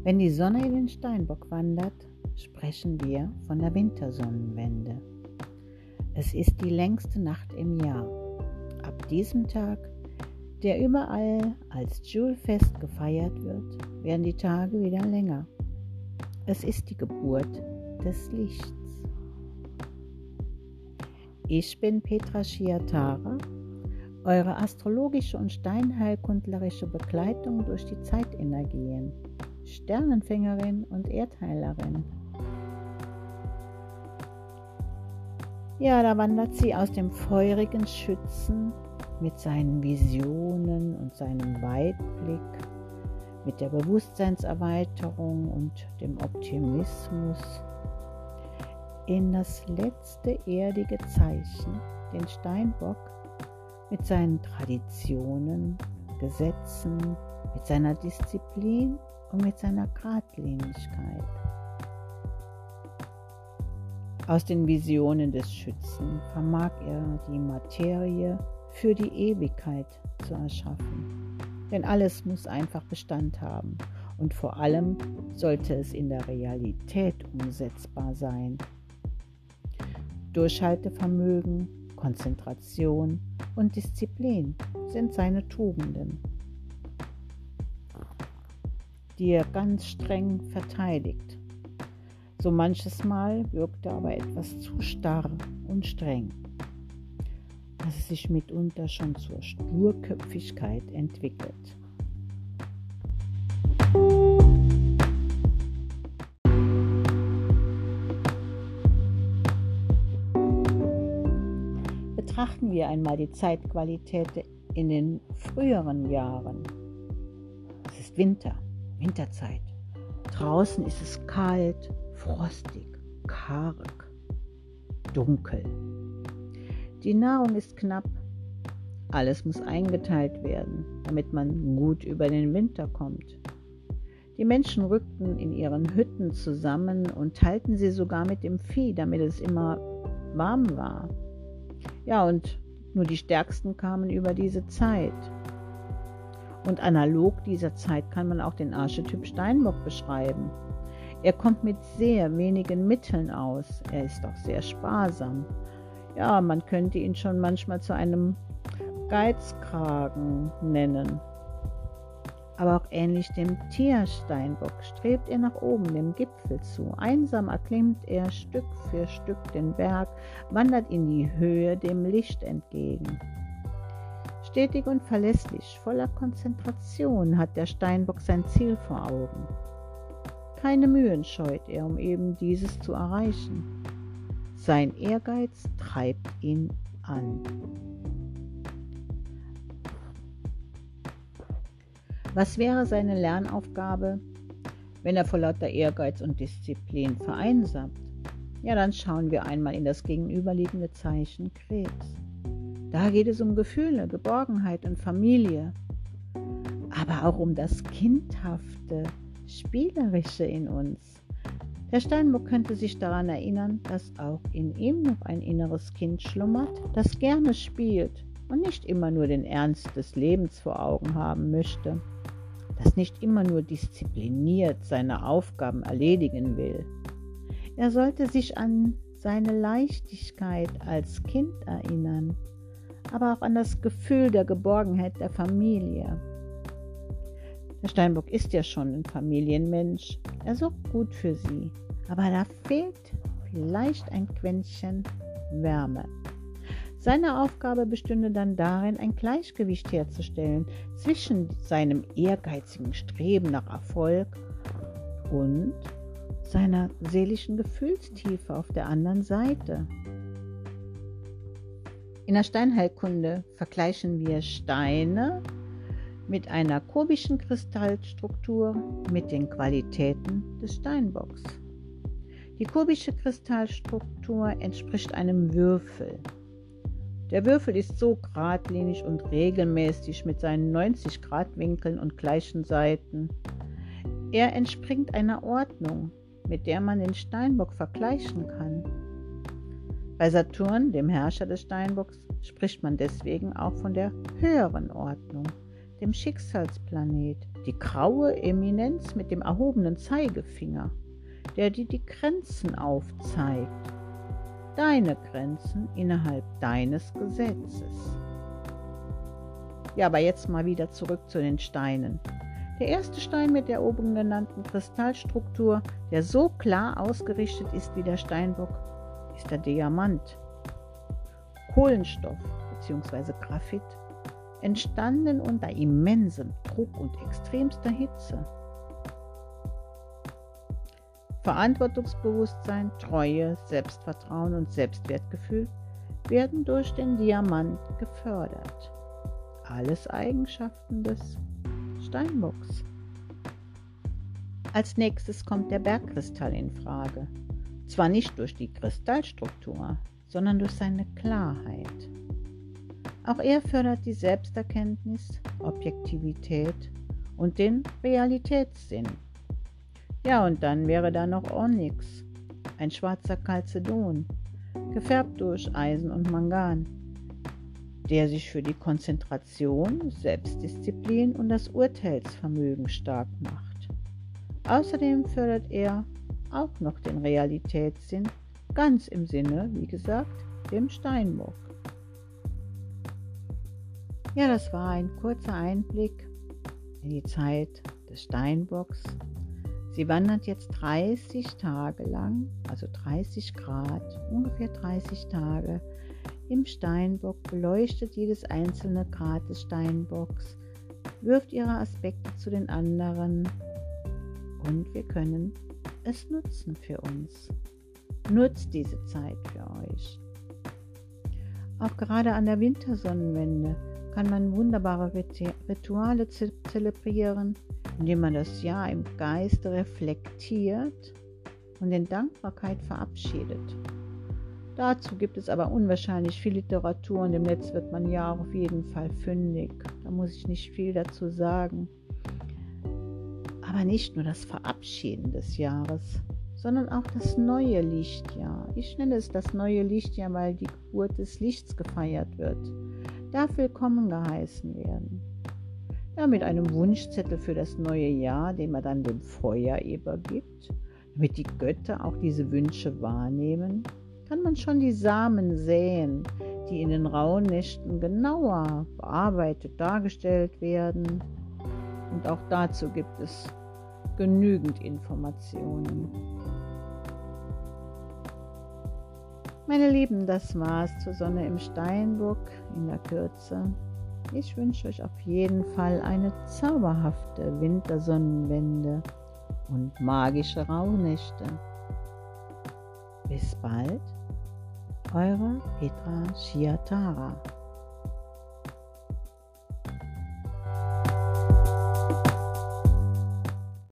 Wenn die Sonne in den Steinbock wandert, sprechen wir von der Wintersonnenwende. Es ist die längste Nacht im Jahr. Ab diesem Tag, der überall als Joule-Fest gefeiert wird, werden die Tage wieder länger. Es ist die Geburt des Lichts. Ich bin Petra Schiatara, eure astrologische und steinheilkundlerische Begleitung durch die Zeitenergien, Sternenfängerin und Erdheilerin. Ja, da wandert sie aus dem feurigen Schützen mit seinen Visionen und seinem Weitblick, mit der Bewusstseinserweiterung und dem Optimismus in das letzte erdige Zeichen, den Steinbock, mit seinen Traditionen, Gesetzen, mit seiner Disziplin und mit seiner Geradlinigkeit. Aus den Visionen des Schützen vermag er die Materie für die Ewigkeit zu erschaffen. Denn alles muss einfach Bestand haben und vor allem sollte es in der Realität umsetzbar sein. Durchhaltevermögen, Konzentration und Disziplin sind seine Tugenden, die er ganz streng verteidigt. So manches Mal wirkt er aber etwas zu starr und streng, dass es sich mitunter schon zur Sturköpfigkeit entwickelt. Betrachten wir einmal die Zeitqualität in den früheren Jahren. Es ist Winterzeit. Draußen ist es kalt, frostig, karg, dunkel. Die Nahrung ist knapp. Alles muss eingeteilt werden, damit man gut über den Winter kommt. Die Menschen rückten in ihren Hütten zusammen und teilten sie sogar mit dem Vieh, damit es immer warm war. Ja, und nur die Stärksten kamen über diese Zeit. Und analog dieser Zeit kann man auch den Archetyp Steinbock beschreiben. Er kommt mit sehr wenigen Mitteln aus. Er ist auch sehr sparsam. Ja, man könnte ihn schon manchmal zu einem Geizkragen nennen. Aber auch ähnlich dem Tier Steinbock strebt er nach oben, dem Gipfel zu. Einsam erklimmt er Stück für Stück den Berg, wandert in die Höhe dem Licht entgegen. Stetig und verlässlich, voller Konzentration hat der Steinbock sein Ziel vor Augen. Keine Mühen scheut er, um eben dieses zu erreichen. Sein Ehrgeiz treibt ihn an. Was wäre seine Lernaufgabe, wenn er vor lauter Ehrgeiz und Disziplin vereinsamt? Ja, dann schauen wir einmal in das gegenüberliegende Zeichen Krebs. Da geht es um Gefühle, Geborgenheit und Familie, aber auch um das Kindhafte, Spielerische in uns. Der Steinbock könnte sich daran erinnern, dass auch in ihm noch ein inneres Kind schlummert, das gerne spielt und nicht immer nur den Ernst des Lebens vor Augen haben möchte, das nicht immer nur diszipliniert seine Aufgaben erledigen will. Er sollte sich an seine Leichtigkeit als Kind erinnern, aber auch an das Gefühl der Geborgenheit der Familie. Der Steinbock ist ja schon ein Familienmensch, er sorgt gut für sie, aber da fehlt vielleicht ein Quäntchen Wärme. Seine Aufgabe bestünde dann darin, ein Gleichgewicht herzustellen zwischen seinem ehrgeizigen Streben nach Erfolg und seiner seelischen Gefühlstiefe auf der anderen Seite. In der Steinheilkunde vergleichen wir Steine mit einer kubischen Kristallstruktur mit den Qualitäten des Steinbocks. Die kubische Kristallstruktur entspricht einem Würfel. Der Würfel ist so geradlinig und regelmäßig mit seinen 90-Grad-Winkeln und gleichen Seiten. Er entspringt einer Ordnung, mit der man den Steinbock vergleichen kann. Bei Saturn, dem Herrscher des Steinbocks, spricht man deswegen auch von der höheren Ordnung, dem Schicksalsplanet, die graue Eminenz mit dem erhobenen Zeigefinger, der dir die Grenzen aufzeigt, deine Grenzen innerhalb deines Gesetzes. Ja, aber jetzt mal wieder zurück zu den Steinen. Der erste Stein mit der oben genannten Kristallstruktur, der so klar ausgerichtet ist wie der Steinbock, ist der Diamant. Kohlenstoff bzw. Graphit, entstanden unter immensem Druck und extremster Hitze. Verantwortungsbewusstsein, Treue, Selbstvertrauen und Selbstwertgefühl werden durch den Diamant gefördert. Alles Eigenschaften des Steinbocks. Als nächstes kommt der Bergkristall in Frage. Zwar nicht durch die Kristallstruktur, sondern durch seine Klarheit. Auch er fördert die Selbsterkenntnis, Objektivität und den Realitätssinn. Ja, und dann wäre da noch Onyx, ein schwarzer Chalcedon, gefärbt durch Eisen und Mangan, der sich für die Konzentration, Selbstdisziplin und das Urteilsvermögen stark macht. Außerdem fördert er auch noch den Realitätssinn, ganz im Sinne, wie gesagt, dem Steinbock. Ja, das war ein kurzer Einblick in die Zeit des Steinbocks. Sie wandert jetzt 30 Tage lang, also 30 Grad, ungefähr 30 Tage im Steinbock, beleuchtet jedes einzelne Grad des Steinbocks, wirft ihre Aspekte zu den anderen und wir können es nutzen für uns. Nutzt diese Zeit für euch. Auch gerade an der Wintersonnenwende kann man wunderbare Rituale zelebrieren, indem man das Jahr im Geiste reflektiert und in Dankbarkeit verabschiedet. Dazu gibt es aber unwahrscheinlich viel Literatur und im Netz wird man ja auch auf jeden Fall fündig. Da muss ich nicht viel dazu sagen. Aber nicht nur das Verabschieden des Jahres, sondern auch das neue Lichtjahr. Ich nenne es das neue Lichtjahr, weil die Geburt des Lichts gefeiert wird. Darf willkommen geheißen werden. Ja, mit einem Wunschzettel für das neue Jahr, den man dann dem Feuer übergibt, damit die Götter auch diese Wünsche wahrnehmen, kann man schon die Samen säen, die in den rauen Nächten genauer bearbeitet dargestellt werden. Und auch dazu gibt es genügend Informationen. Meine Lieben, das war's zur Sonne im Steinbock in der Kürze. Ich wünsche euch auf jeden Fall eine zauberhafte Wintersonnenwende und magische Rauhnächte. Bis bald, eure Petra Schiatara.